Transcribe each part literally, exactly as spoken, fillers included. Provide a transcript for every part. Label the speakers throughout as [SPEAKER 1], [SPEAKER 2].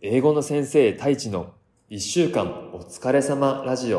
[SPEAKER 1] 英語の先生太一のいっしゅうかんお疲れ様ラジオ。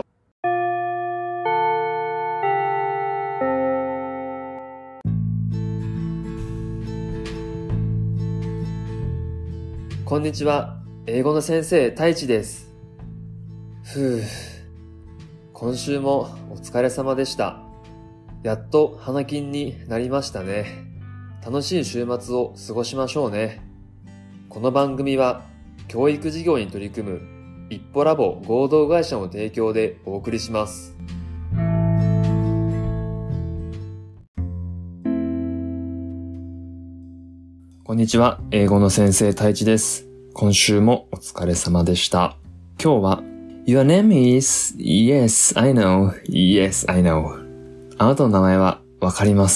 [SPEAKER 1] こんにちは、英語の先生太一です。ふう、今週もお疲れ様でした。やっと花金になりましたね。楽しい週末を過ごしましょうね。この番組は教育事業に取り組む一歩ラボ合同会社の提供でお送りします。こんにちは、英語の先生太一です。今週もお疲れ様でした。今日は Your name is Yes, I know. Yes, I know. あなたの名前はわかります。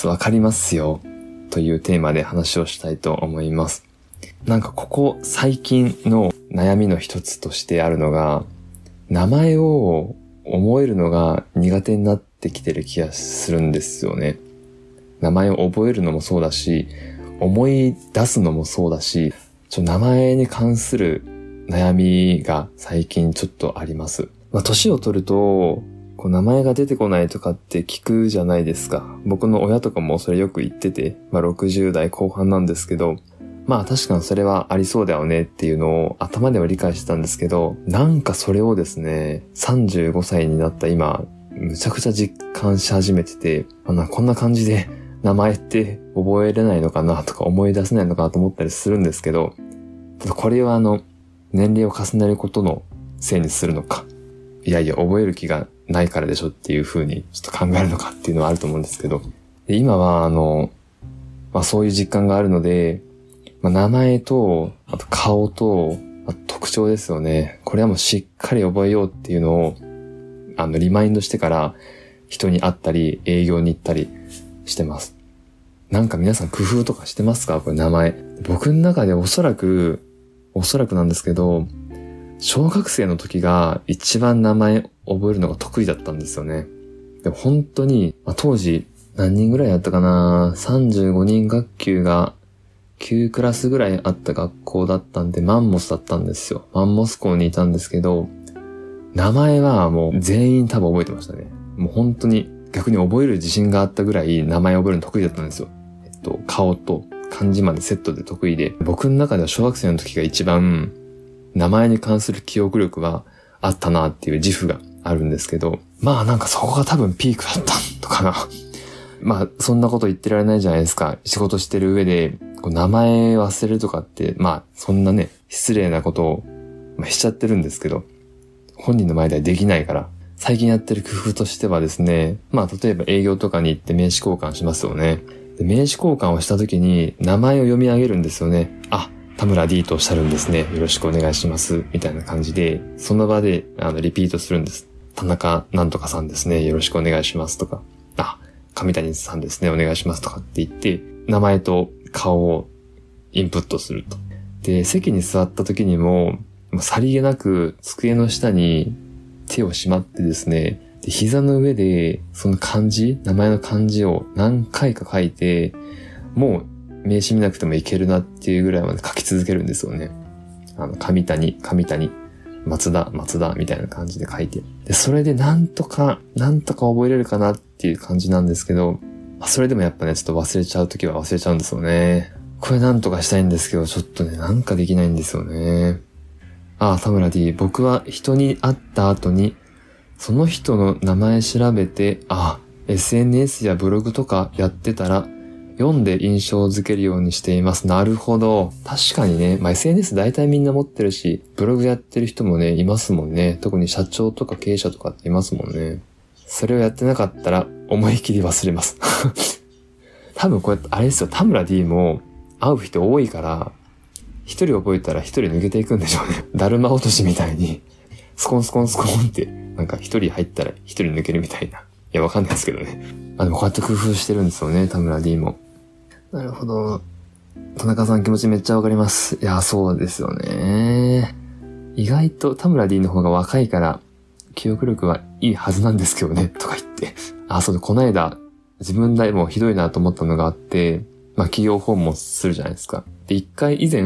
[SPEAKER 1] わかりますよ。というテーマで話をしたいと思います。なんかここ最近の悩みの一つとしてあるのが、名前を覚えるのが苦手になってきてる気がするんですよね。名前を覚えるのもそうだし、思い出すのもそうだし、ちょ名前に関する悩みが最近ちょっとあります。まあ、年を取ると、こう名前が出てこないとかって聞くじゃないですか。僕の親とかもそれよく言ってて、まあろくじゅう代後半なんですけど、まあ確かにそれはありそうだよねっていうのを頭では理解してたんですけど、なんかそれをですね、さんじゅうごさいになった今、むちゃくちゃ実感し始めてて、あのこんな感じで名前って覚えれないのかなとか思い出せないのかなと思ったりするんですけど、ただこれはあの、年齢を重ねることのせいにするのか、いやいや覚える気がないからでしょっていう風にちょっと考えるのかっていうのはあると思うんですけど、で今はあの、まあそういう実感があるので、まあ、名前と、あと顔と、まあ、特徴ですよね。これはもうしっかり覚えようっていうのを、あの、リマインドしてから人に会ったり、営業に行ったりしてます。なんか皆さん工夫とかしてますか？これ名前。僕の中でおそらく、おそらくなんですけど、小学生の時が一番名前覚えるのが得意だったんですよね。でも本当に、まあ、当時何人ぐらいやったかな？さんじゅうごにん学級がきゅうクラスぐらいあった学校だったんで、マンモスだったんですよ。マンモス校にいたんですけど、名前はもう全員多分覚えてましたね。もう本当に逆に覚える自信があったぐらい名前覚えるの得意だったんですよ。えっと、顔と漢字までセットで得意で、僕の中では小学生の時が一番名前に関する記憶力はあったなっていう自負があるんですけど、まあなんかそこが多分ピークだったのかな。まあそんなこと言ってられないじゃないですか。仕事してる上でこう名前忘れるとかってまあそんなね失礼なことを、まあ、しちゃってるんですけど、本人の前ではできないから、最近やってる工夫としてはですね、まあ例えば営業とかに行って名刺交換しますよね。で名刺交換をした時に名前を読み上げるんですよね。あ、田村 D とおっしゃるんですね。よろしくお願いしますみたいな感じで、その場であのリピートするんです。田中なんとかさんですね。よろしくお願いしますとか、あ、上谷さんですね。お願いしますとかって言って、名前と顔をインプットすると。で、席に座った時にも、さりげなく机の下に手をしまってですね、で膝の上でその漢字、名前の漢字を何回か書いて、もう名刺見なくてもいけるなっていうぐらいまで書き続けるんですよね。あの、上谷、上谷、松田、松田みたいな感じで書いて。で、それでなんとか、なんとか覚えれるかなっていう感じなんですけど、それでもやっぱね、ちょっと忘れちゃうときは忘れちゃうんですよね。これなんとかしたいんですけど、ちょっとね、なんかできないんですよね。ああ、田村 D、僕は人に会った後に、その人の名前調べて、あ、エスエヌエス やブログとかやってたら、読んで印象づけるようにしています。なるほど。確かにね、まあ、エスエヌエス 大体みんな持ってるし、ブログやってる人もね、いますもんね。特に社長とか経営者とかっていますもんね。それをやってなかったら、思い切り忘れます。多分これ、あれですよ、田村 D も会う人多いから、一人覚えたら一人抜けていくんでしょうね。だるま落としみたいに、スコンスコンスコンって、なんか一人入ったら一人抜けるみたいな。いや、わかんないですけどね。あ、でもこうやって工夫してるんですよね、田村 D も。なるほど。田中さん気持ちめっちゃわかります。いや、そうですよね。意外と田村 D の方が若いから、記憶力はいいはずなんですけどね、とか言って。あ、そうで、この間、自分でもひどいなと思ったのがあって、まあ企業訪問するじゃないですか。で、一回以前、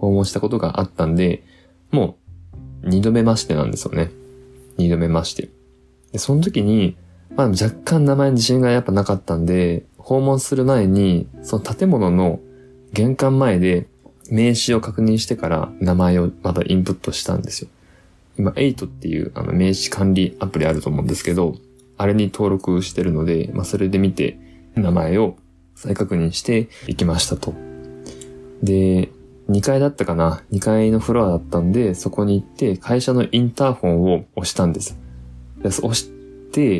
[SPEAKER 1] 訪問したことがあったんで、もう二度目ましてなんですよね。二度目まして。で、その時に、まあ若干名前に自信がやっぱなかったんで、訪問する前に、その建物の玄関前で名刺を確認してから名前をまたインプットしたんですよ。今、エイトっていうあの名刺管理アプリあると思うんですけど、あれに登録してるので、まあそれで見て名前を再確認して行きましたと。で、にかいだったかな ?に 階のフロアだったんで、そこに行って会社のインターホンを押したんです。で押して、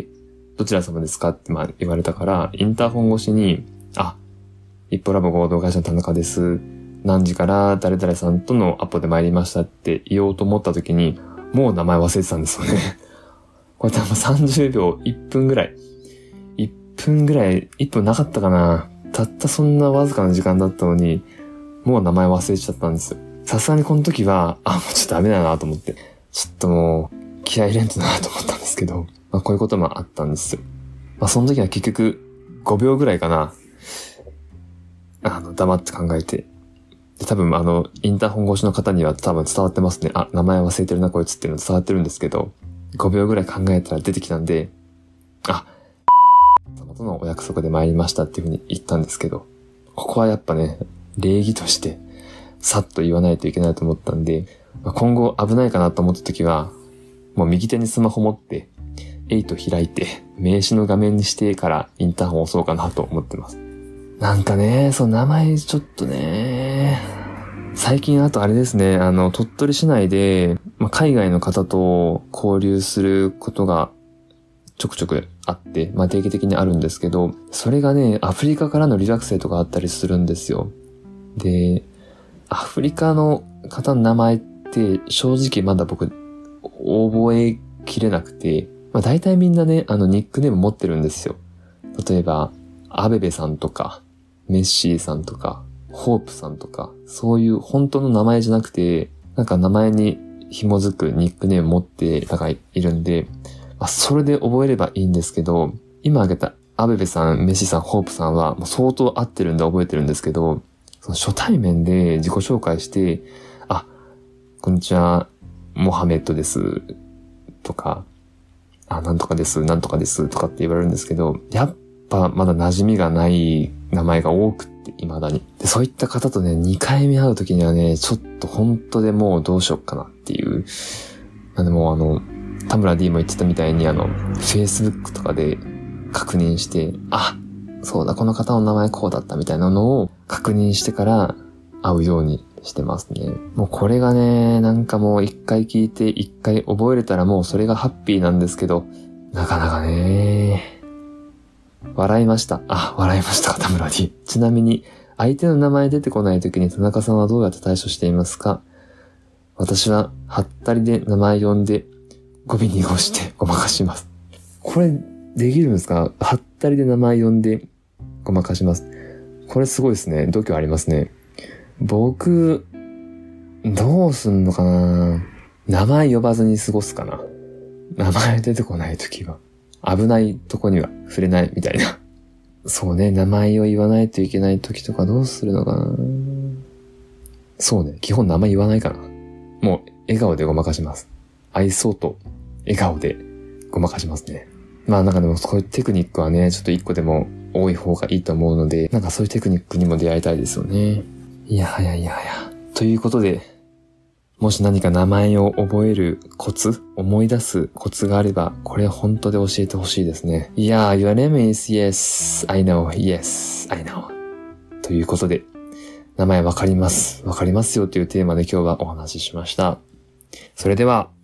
[SPEAKER 1] どちら様ですかってまあ言われたから、インターホン越しに、あ、一歩ラボ合同会社の田中です。何時から誰々さんとのアポで参りましたって言おうと思った時に、もう名前忘れてたんですよね。これ多分さんじゅうびょう、いっぷんぐらい。いっぷんぐらい、いっぷんなかったかな。たったそんなわずかな時間だったのに、もう名前忘れちゃったんですよ。さすがにこの時は、あ、もうちょっとダメだなと思って、ちょっともう、気合い入れんとなと思ったんですけど、まあこういうこともあったんですよ。まあその時は結局、ごびょうぐらいかな。あの、黙って考えて。で多分あの、インターホン越しの方には多分伝わってますね。あ、名前忘れてるなこいつっていうの伝わってるんですけど、ごびょうぐらい考えたら出てきたんで、あ、様とのお約束で参りましたっていうふうに言ったんですけど、ここはやっぱね、礼儀として、さっと言わないといけないと思ったんで、今後危ないかなと思った時は、もう右手にスマホ持って、エイト開いて、名刺の画面にしてからインターホンを押そうかなと思ってます。なんかね、その名前ちょっとね、最近あとあれですね、あの、鳥取市内で、まあ、海外の方と交流することがちょくちょくあって、まあ、定期的にあるんですけど、それがね、アフリカからの留学生とかあったりするんですよ。で、アフリカの方の名前って正直まだ僕覚えきれなくて、まあ大体みんなね、あのニックネーム持ってるんですよ。例えば、アベベさんとか、メッシーさんとか、ホープさんとか、そういう本当の名前じゃなくて、なんか名前に紐づくニックネーム持ってなんかいるんで、まあそれで覚えればいいんですけど、今挙げたアベベさん、メッシーさん、ホープさんはもう相当合ってるんで覚えてるんですけど、その初対面で自己紹介して、あ、こんにちは、モハメッドです、とか、あ、なんとかです、なんとかです、とかって言われるんですけど、やっぱまだ馴染みがない名前が多くって、未だに。で、そういった方とね、にかいめ会うときにはね、ちょっと本当でもうどうしよっかなっていう。なんでもうあの、田村 D も言ってたみたいにあの、Facebook とかで確認して、あ、そうだ、この方の名前こうだったみたいなのを確認してから会うようにしてますね。もうこれがね、なんかもう一回聞いて一回覚えれたらもうそれがハッピーなんですけど、なかなかね、笑いました。あ、笑いました、田村 D。ちなみに、相手の名前出てこないときに田中さんはどうやって対処していますか？私は、はったりで名前呼んで、語尾に濁してごまかします。これ、できるんですか？はったりで名前呼んで、ごまかします。これすごいですね。度胸ありますね。僕、どうすんのかな？名前呼ばずに過ごすかな？名前出てこないときは。危ないとこには触れないみたいな。そうね、名前を言わないといけないときとかどうするのかな？そうね、基本名前言わないかな。もう、笑顔でごまかします。愛想と笑顔でごまかしますね。まあなんかでもそういうテクニックはね、ちょっと一個でも多い方がいいと思うので、なんかそういうテクニックにも出会いたいですよね。いやはやいやはや。ということで、もし何か名前を覚えるコツ、思い出すコツがあれば、これ本当で教えてほしいですね。いやー、your name is yes, I know, yes, I know. ということで、名前わかります。わかりますよというテーマで今日はお話ししました。それでは、